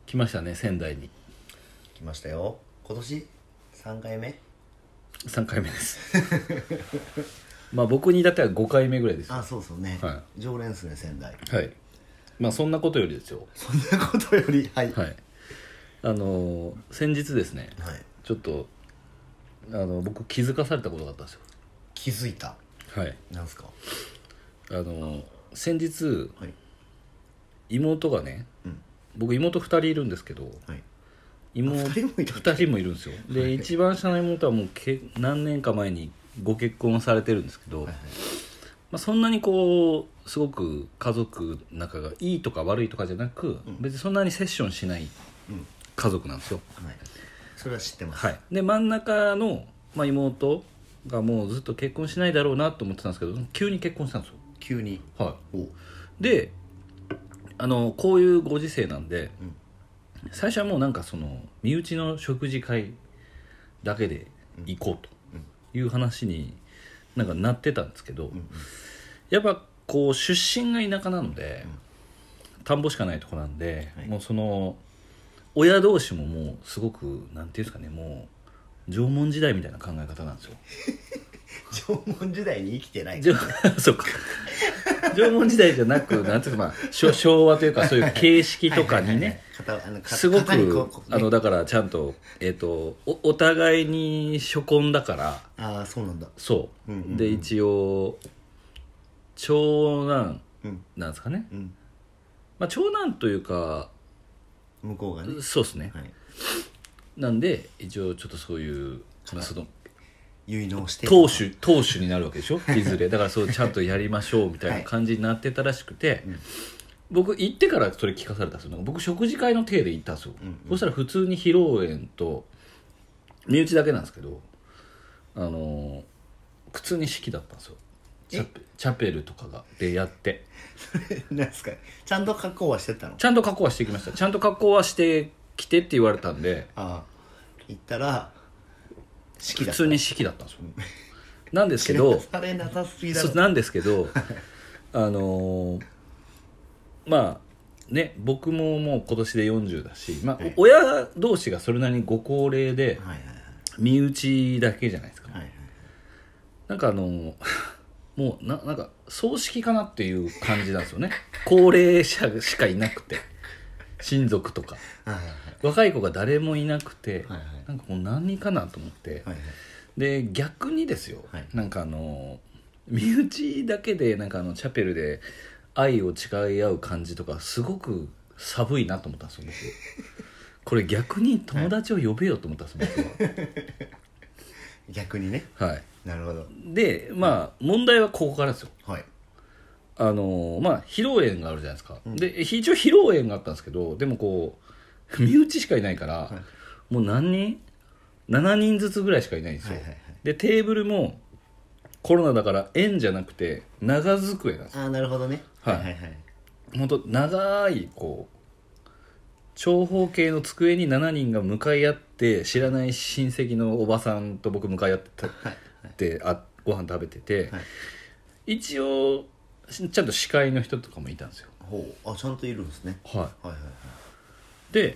来ましたね、仙台に。 来ましたよ。今年3回目 3回目ですまあ僕に至っては5回目ぐらいですよ。 あ、そうそうね、 は常連ですね、仙台。 はい。まあそんなことよりですよ。 そんなことより、はい、 はい。先日ですね、 はい、 ちょっと僕気づかされたことがあったんですよ。 気づいた。 はい。 なんすか？ 先日、 はい、 妹がね、 うん、 僕妹2人いるんですけど、 はい、 2人もいるんですよ。で、はい、一番下の妹はもう何年か前にご結婚されてるんですけど、はいはい、まあ、そんなにこうすごく家族仲がいいとか悪いとかじゃなく、うん、別にそんなにセッションしない家族なんですよ、 はい、それは知ってます、 はい、で真ん中の、まあ、妹がもうずっと結婚しないだろうなと思ってたんですけど、急に結婚したんですよ。 急に、 はい、でこういうご時世なんで、うん、最初はもうなんかその身内の食事会だけで行こうという話になんかなってたんですけど、うんうん、やっぱこう出身が田舎なので、うん、田んぼしかないとこなんで、はい、もうその親同士ももうすごくなんていうんですかね、もう縄文時代みたいな考え方なんですよ縄文時代に生きてないそうか縄文時代じゃなくなんていうか、まあ、昭和というかそういう形式とかにねすごくね、だからちゃんと、お互いに初婚だから。 ああ、そうなんだ。 そう、うんうんうん、で一応長男なんですかね、うん、まあ、長男というか向こうがね、 そうですね、はい、なんで一応ちょっとそういう、 まあ、その結納して当主になるわけでしょいずれだからそうちゃんとやりましょうみたいな感じになってたらしくて、はい、うん、僕行ってからそれ聞かされたんですよ。僕食事会の体で行ったんですよ、うんうん、そしたら普通に披露宴と身内だけなんですけど、普通に式だったんですよ。チャペルとかでやってなんですか、ちゃんと格好はしてたの？ ちゃんと格好はしてきました。ちゃんと格好はしてきてって言われたんで、 ああ、行ったら式だった、 普通に式だったんですよなんですけどされなさすぎだろ。 そうなんですけどまあね、僕ももう今年で40だし、まあ、はい、親同士がそれなりにご高齢で、はいはいはい、身内だけじゃないですか、はいはいはい、なんかもうなんか葬式かなっていう感じなんですよね高齢者しかいなくて親族とか、はいはいはい、若い子が誰もいなくて、はいはい、なんかもう何かなと思って、はいはい、で逆にですよ、はい、なんか身内だけでなんかチャペルで愛を誓い合う感じとかすごく寒いなと思ったんですよ僕これ逆に友達を呼べよと思ったんですよ、僕は逆にね、 はい、 なるほど。 でまあ問題はここからですよ、 はい、 まあ披露宴があるじゃないですか、うん、で一応披露宴があったんですけど、でもこう身内しかいないから、はい、もう何人7人ずつぐらいしかいないんですよ、はいはいはい、でテーブルもコロナだから円じゃなくて長机なんですよ。 ああ、なるほどね、 はいはいはい、本当長いこう長方形の机に7人が向かい合って、知らない親戚のおばさんと僕向かい合って、はいはい、ご飯食べてて、はい、一応ちゃんと司会の人とかもいたんですよ。 ほう、あ、ちゃんといるんですね、 はいはいはいはい、で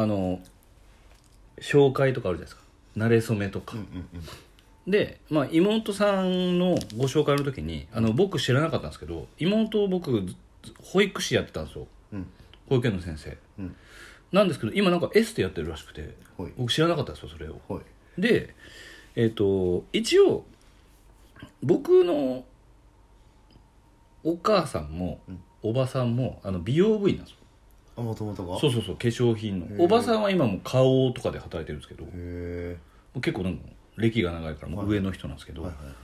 紹介とかあるじゃないですか、馴れ初めとか、うんうんうん、で、まあ、妹さんのご紹介の時に僕知らなかったんですけど、妹僕保育士やってたんですよ、うん、保育園の先生、うん、なんですけど今なんかエステやってるらしくて、僕知らなかったんですよそれを。で一応僕のお母さんも、うん、おばさんも美容部員なんですよ。 あ、もともとが。 そうそうそう、化粧品の。おばさんは今も顔とかで働いてるんですけど、結構なんか歴が長いからもう上の人なんですけど、はいはいはい、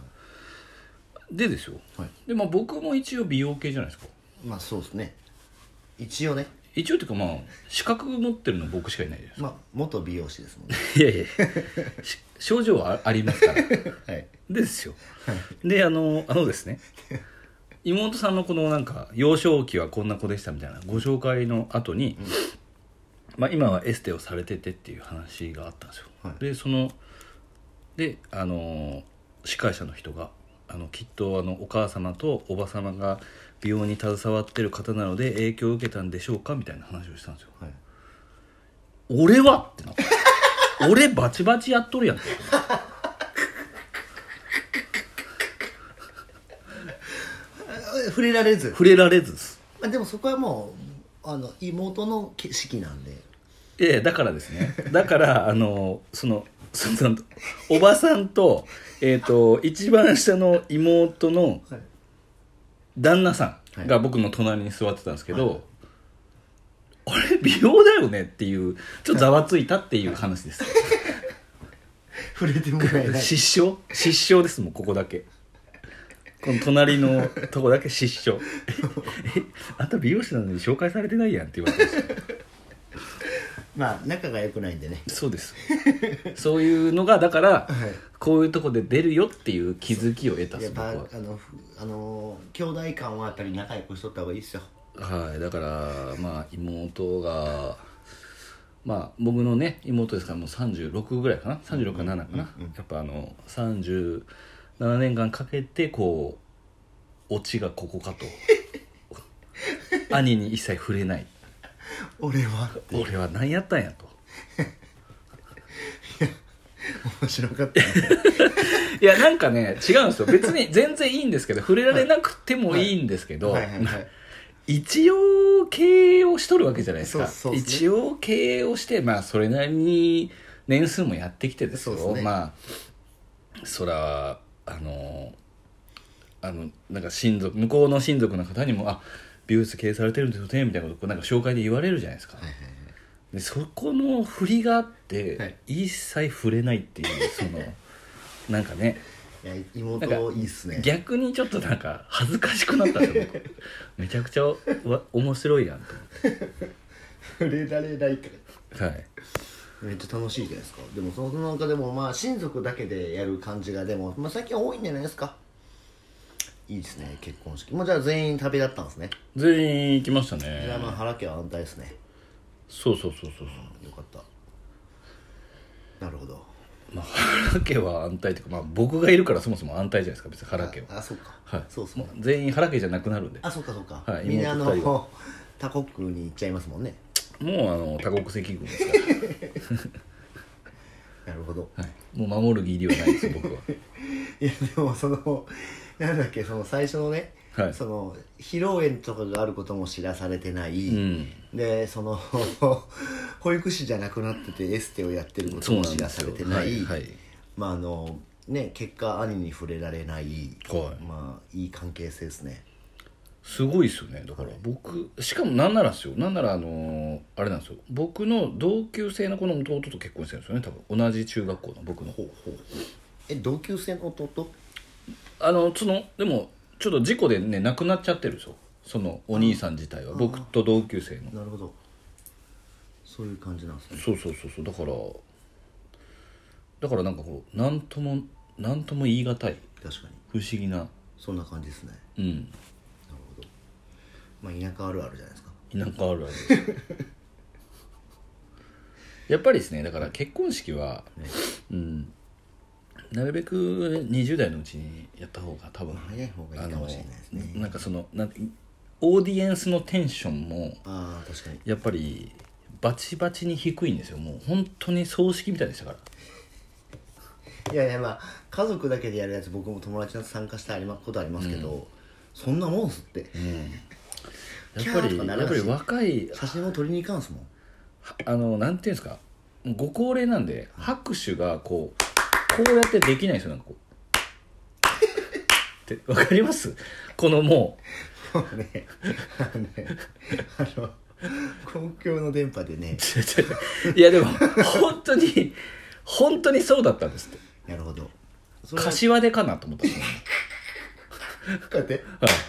でですよ、はい、で、まあ、僕も一応美容系じゃないですか。 まあそうですね、一応ね。 一応っていうか、まあ資格持ってるの僕しかいないです。 まあ元美容師ですもんねいやいや症状はありますからはい、ですよ、はい、でですね妹さんのこのなんか幼少期はこんな子でしたみたいなご紹介の後に、うん、まあ、今はエステをされててっていう話があったんですよ、はい、で司会者の人がきっとお母様とおば様が美容に携わってる方なので影響を受けたんでしょうかみたいな話をしたんですよ、はい、 俺はってなって俺バチバチやっとるやんって触れられず触れられずです。 でもそこはもう妹の式なんで。 だからですね、だからそのおばさんと、一番下の妹の旦那さんが僕の隣に座ってたんですけど、はい、あれ美容だよねっていうちょっとざわついたっていう話です触れてもらえない失笑ですもん。ここだけこの隣のとこだけ失笑あんた美容師なのに紹介されてないやんって言われてましたまあ仲が良くないんでね。 そうですそういうのがだから、はい、こういうとこで出るよっていう気づきを得たやっぱ兄弟間はやっぱり仲良くしとった方がいいですよ。 はい。だからまあ妹がまあ僕のね妹ですからもう36ぐらいかな、36か7かな、やっぱ37年間かけてこうオチがここかと兄に一切触れない俺は何やったんやといや面白かったねいやなんかね違うんですよ。別に全然いいんですけど触れられなくてもいいんですけど、一応経営をしとるわけじゃないですか。そうですね、一応経営をしてまあそれなりに年数もやってきてですよ。そうですね、まあそらなんか親族向こうの親族の方にも美容室経営されてるんですよねみたいなことをなんか紹介で言われるじゃないですか、はいはいはい、でそこの振りがあって、はい、一切触れないっていうそのなんかねいや妹いいっすね。 逆にちょっとなんか恥ずかしくなったんですよ僕めちゃくちゃ面白いやんと思って触れられないからはいめっちゃ楽しいじゃないですか。でもその中でもまあ親族だけでやる感じがでも、まあ、最近多いんじゃないですか。いいですね結婚式。もうじゃあ全員旅立ったんですね。 全員行きましたね。 じゃあまあ原家は安泰ですね。 そう、 よかった。なるほど。 まあ、原家は安泰というか、まあ、僕がいるからそもそも安泰じゃないですか別に原家は。 そうか、 はい、 そうそう、 全員原家じゃなくなるんで。 そうか、 はい、 みんな他国に行っちゃいますもんね。 もう多国籍軍ですからなるほど、 はい、もう守る義理はないです僕はいやでもなんだっけその最初のね、はい、その披露宴とかがあることも知らされてない、で保育士じゃなくなっててエステをやってることも知らされてない、まあね結果兄に触れられない、まあいい関係性ですね。 すごいですよね。だから僕しかもなんならですよ、なんならあれなんですよ、僕の同級生の子の弟と結婚してるんですよね多分。同じ中学校の僕の同級生の弟でもちょっと事故でね亡くなっちゃってるんですよそのお兄さん自体は。僕と同級生の。 なるほど、そういう感じなんですね。 そうだからなんかこうなんとも言い難い、 確かに不思議なそんな感じですね。なるほど。まあ田舎あるあるじゃないですか。 田舎あるあるやっぱりですねだから結婚式は、なるべく20代のうちにやった方が多分早い方がいいかもしれないですね。 なんかオーディエンスのテンションも確かにやっぱりバチバチに低いんですよ。もう本当に葬式みたいでしたから。 いやまあ家族だけでやるやつ僕も友達と参加したことありますけど、そんなもんすって、 やっぱり若い写真を撮りに行かんすもん。なんていうんですか、ご高齢なんで拍手がこうやってできないんですよ。なんかこうってわかります？このもうね公共の電波でねいやでも本当にそうだったんですって。 なるほど。 柏でかなと思ったんですよこうやって、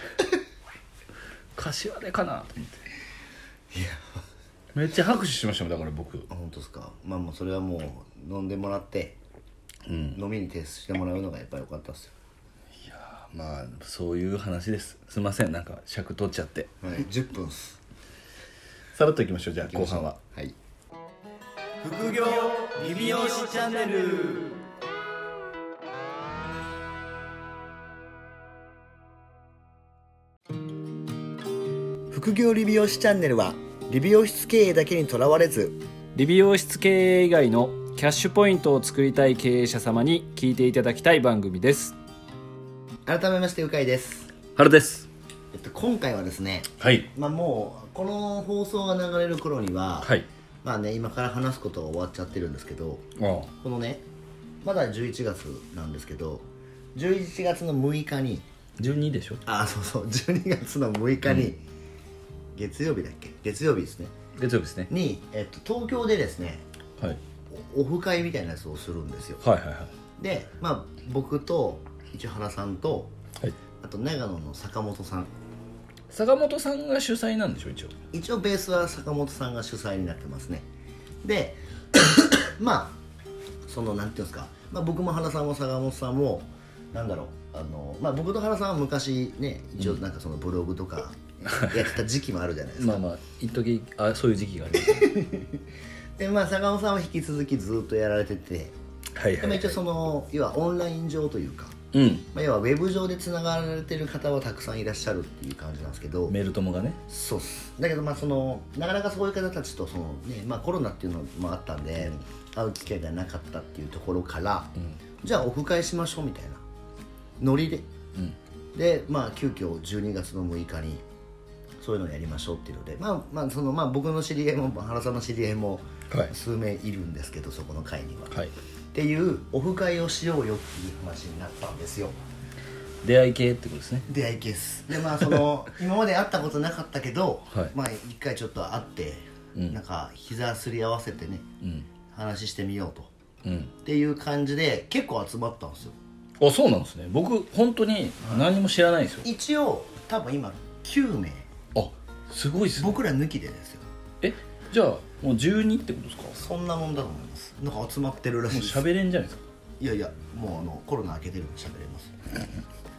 柏でかなと思って。 いやめっちゃ拍手しましたもんだから僕。 本当ですか。まあもうそれはもう飲んでもらって、飲みに提出してもらうのがやっぱり良かったですよ。 いやまあそういう話です。すいませんなんか尺取っちゃって。 10分っす。 さらっといきましょう。じゃあ後半は。 副業リビオシチャンネル。副業理美容師チャンネルは理美容室経営だけにとらわれず理美容室経営以外のキャッシュポイントを作りたい経営者様に聞いていただきたい番組です。 改めましてうかいです。 原です。 今回はですね、 はい、 もうこの放送が流れる頃には、 はい、 今から話すことは終わっちゃってるんですけど、このねまだ11月なんですけど、11月の6日に 12でしょ。 そう12月の6日に、月曜日ですね。 月曜日ですね。 に、東京でですね、 はい、 オフ会みたいなやつをするんですよ。 はいはいはい。 で、僕と市原さんと、 はい、 あと長野の坂本さんが主催なんでしょ。 一応ベースは坂本さんが主催になってますね。でそのなんていうんですか、僕も原さんも坂本さんも僕と原さんは昔ね、一応そのブログとかやってた時期もあるじゃないですか。 一時そういう時期がありますで坂本さんは引き続きずっとやられてて、でも一応その要はオンライン上というか、要はウェブ上でつながられてる方はたくさんいらっしゃるっていう感じなんですけど、 メール友がね。 そうっす。だけどそのなかなかそういう方たちとその、ね、コロナっていうのもあったんで、会う機会がなかったっていうところから、じゃあオフ会しましょうみたいなノリで、で急遽12月の6日にそういうのをやりましょうっていうので、その僕の知り合いも原さんの知り合いも数名いるんですけど、そこの会には、っていうオフ会をしようよっていう話になったんですよ。 出会い系ってことですね。 出会い系です。でその今まで会ったことなかったけど、一回ちょっと会って、膝すり合わせてね、話してみようと、っていう感じで結構集まったんですよ。 そうなんですね。僕本当に何も知らないですよ。 一応多分今9名。 すごいですね。 僕ら抜きでですよ。 じゃあもう12ってことですか。 そんなもんだと思います。集まってるらしいです。 もう喋れんじゃないですか。 いやもうコロナ明けてるんで喋れます。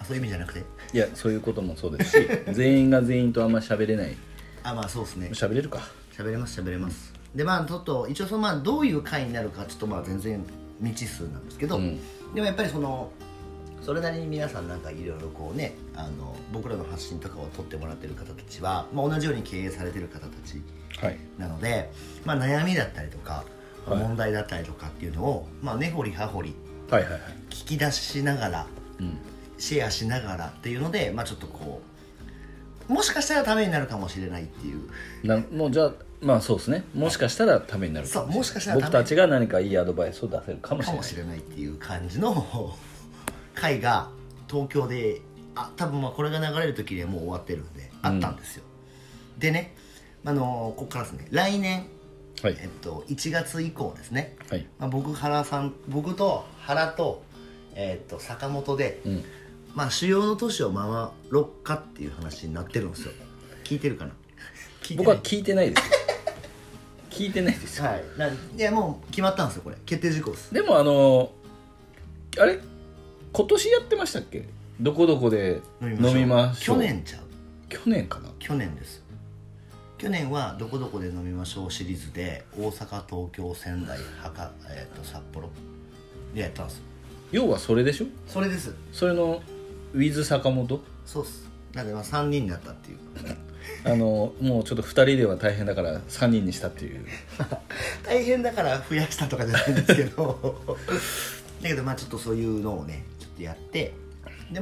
そういう意味じゃなくて、 いやそういうこともそうですし全員が全員とあんま喋れない。 そうですね。 喋れるか。 喋れます。でちょっと一応そのどういう回になるかちょっと全然未知数なんですけど、でもやっぱりそれなりに皆さんいろいろこうね、僕らの発信とかを取ってもらってる方たちは、同じように経営されてる方たちなので、悩みだったりとか、問題だったりとかっていうのを、根掘り葉掘り聞き出しながら、シェアしながらっていうので、ちょっとこうもしかしたらためになるかもしれないっていうもうじゃあそうですね。もしかしたらためになるかもしれない。もしかしたら僕たちが何かいいアドバイスを出せるかもしれないっていう感じの会が東京で多分これが流れる時にはもう終わってるんで、あったんですよ。でね、ここからですね、来年、1月以降ですね、僕と原と、坂本で、主要の都市を回ろっかっていう話になってるんですよ。聞いてるかな。 僕は聞いてないです聞いてないですよ。 いやもう決まったんですよ。これ決定事項です。 でもあれ今年やってましたっけ。どこどこで飲みましょう。 去年ちゃう。 去年かな。 去年です。去年はどこどこで飲みましょうシリーズで大阪、東京、仙台、札幌でやったんですよ。 要はそれでしょ。 それです。 それのウィズ坂本。 そうっす。なんで3人になったっていうもうちょっと2人では大変だから3人にしたっていう大変だから増やしたとかじゃないんですけどだけどちょっとそういうのをねちょっとやって、で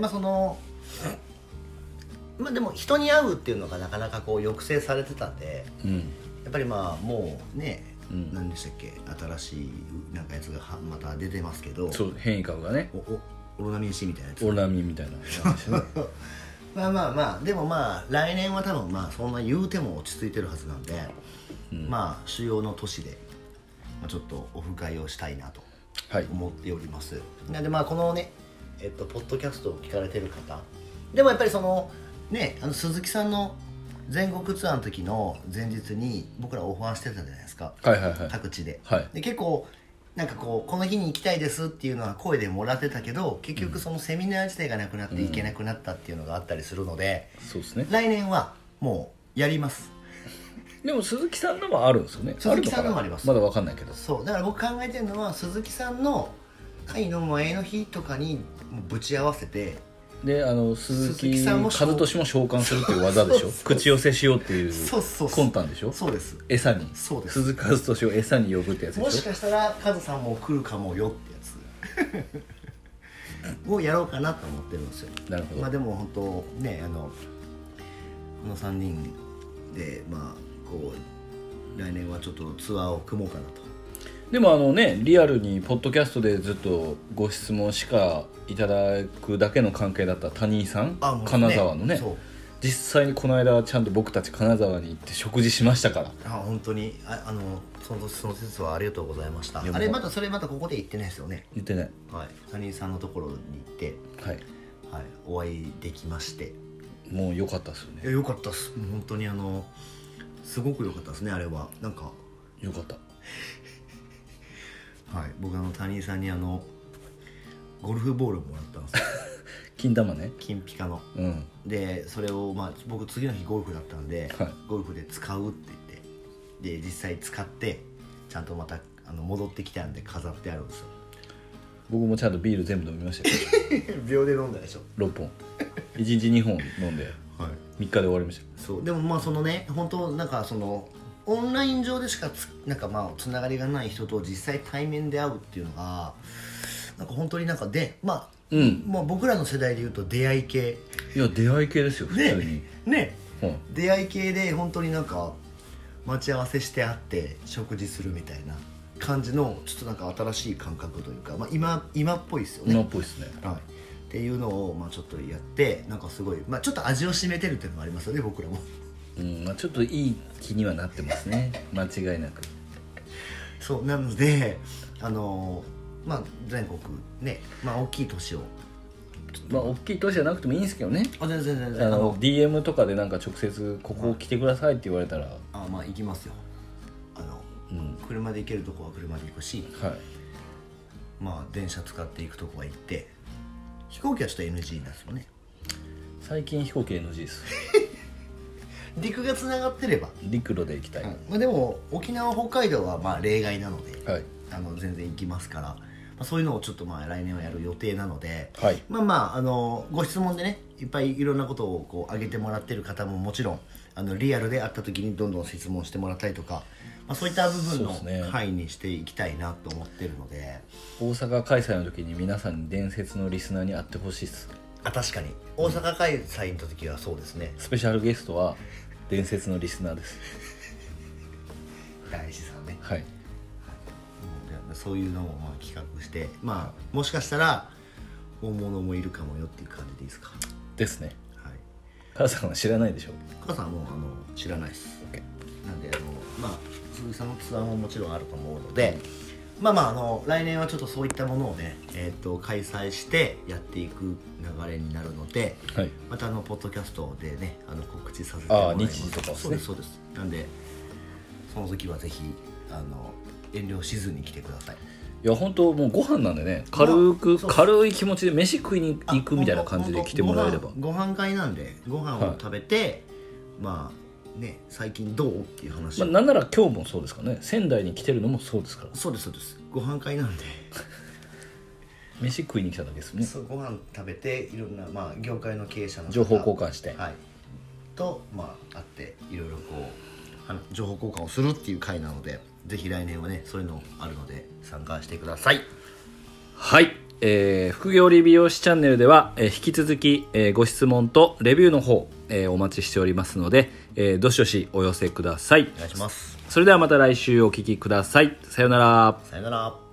でも人に会うっていうのがなかなかこう抑制されてたんで、やっぱりもうね、何でしたっけ、新しいやつがまた出てますけど、 そう変異株がね、 オロナミン C みたいなやつ、 オロナミンみたいなでも来年は多分そんな言うても落ち着いてるはずなんで、主要の都市でちょっとオフ会をしたいなと思っております。でこのねポッドキャストを聞かれてる方でもやっぱり鈴木さんの全国ツアーの時の前日に僕らオファーしてたじゃないですか、各地で、で結構この日に行きたいですっていうのは声でもらってたけど、結局そのセミナー自体がなくなって行けなくなったっていうのがあったりするので、 そうですね、 来年はもうやります。 でも鈴木さんのもあるんですよね。 鈴木さんのもあります。 まだ分かんないけど、 そうだから僕考えてるのは鈴木さんの会の前の日とかにぶち合わせて、 で鈴木和俊も召喚するっていう技でしょ口寄せしようっていう魂胆でしょ。 そうです。 餌にそうです。 鈴木和俊を餌に呼ぶってやつでしょ。 もしかしたらカズさんも来るかもよってやつをやろうかなと思ってるんですよ。 なるほど。 まあでも本当ねこの3人でまあこう来年はちょっとツアーを組もうかなと。 でもリアルにポッドキャストでずっとご質問しかいただくだけの関係だった谷井さん、金沢のね、実際にこの間ちゃんと僕たち金沢に行って食事しましたから。 本当にその説はありがとうございました。あれまたここで言ってないですよね。 言ってない。 はい、谷井さんのところに行って、はいはい、お会いできまして、 もう良かったですよね。 良かったです。本当にすごく良かったですね。あれはなんか良かった。 はい、僕谷井さんにゴルフボールをもらったんですよ金玉ね、 金ピカの、 うん、 でそれを、僕次の日ゴルフだったんで、はい、ゴルフで使うって言ってで実際使ってちゃんとまた戻ってきたんで飾ってあるんですよ。 僕もちゃんとビール全部飲みましたよ秒で飲んだでしょ。 6本1日2本飲んで、はい、3日で終わりました。 そうでも本当なんかオンライン上でしかつながりがない人と実際対面で会うっていうのがなんか本当になんかで僕らの世代でいうと出会い系。 いや出会い系ですよ普通にね、出会い系で本当になんか待ち合わせして会って食事するみたいな感じのちょっとなんか新しい感覚というか、今っぽいですよね。 今っぽいですね、 はい、っていうのをちょっとやってなんかすごい、ちょっと味を占めてるっていうのもありますよね僕らも。 ちょっといい気にはなってますね間違いなく。 そうなので全国ね大きい都市を大きい都市じゃなくてもいいんですけどね。 全然 DM とかでなんか直接ここ来てくださいって言われたら行きますよ。車で行けるとこは車で行くし、はい、電車使って行くとこは行って、飛行機はちょっと NG なんですよね。 最近飛行機 NG です陸がつながってれば陸路で行きたい、 でも沖縄北海道は例外なので、 はい、 全然行きますから、そういうのをちょっと来年はやる予定なので、 はい、 ご質問でねいっぱいいろんなことをこう挙げてもらってる方ももちろんリアルで会った時にどんどん質問してもらったりとか、そういった部分の範囲にしていきたいなと思ってるので、 大阪開催の時に皆さんに伝説のリスナーに会ってほしいです。 確かに大阪開催の時はそうですね、 スペシャルゲストは伝説のリスナーです大志さんね。 はい、 そういうのを企画して、もしかしたら大物もいるかもよっていう感じでいいですか。 ですね。 はい。 母さんは知らないでしょ。 母さんはもう知らないです。なんで鈴木さんのツアーももちろんあると思うので、来年はちょっとそういったものをね、開催してやっていく流れになるので、はい、またポッドキャストでね告知させてもらいます。 日時とかですね。そうです。なんでその時はぜひ遠慮しずに来てください。 いや本当もうご飯なんでね、軽い気持ちで飯食いに行くみたいな感じで来てもらえれば。 ご飯会なんでご飯を食べて、最近どうっていう話、 なんなら今日もそうですかね。仙台に来てるのもそうですから。 そうです。ご飯会なんで飯食いに来ただけですね。 そう、ご飯食べていろんな業界の経営者の情報交換して、 はい、と会っていろいろこう情報交換をするっていう会なので、ぜひ来年はねそういうのあるので参加してください。 はい、副業理美容師チャンネルでは、引き続き、ご質問とレビューの方、お待ちしておりますので、どしどしお寄せください。 お願いします。 それではまた来週お聞きください。さよなら。 さよなら。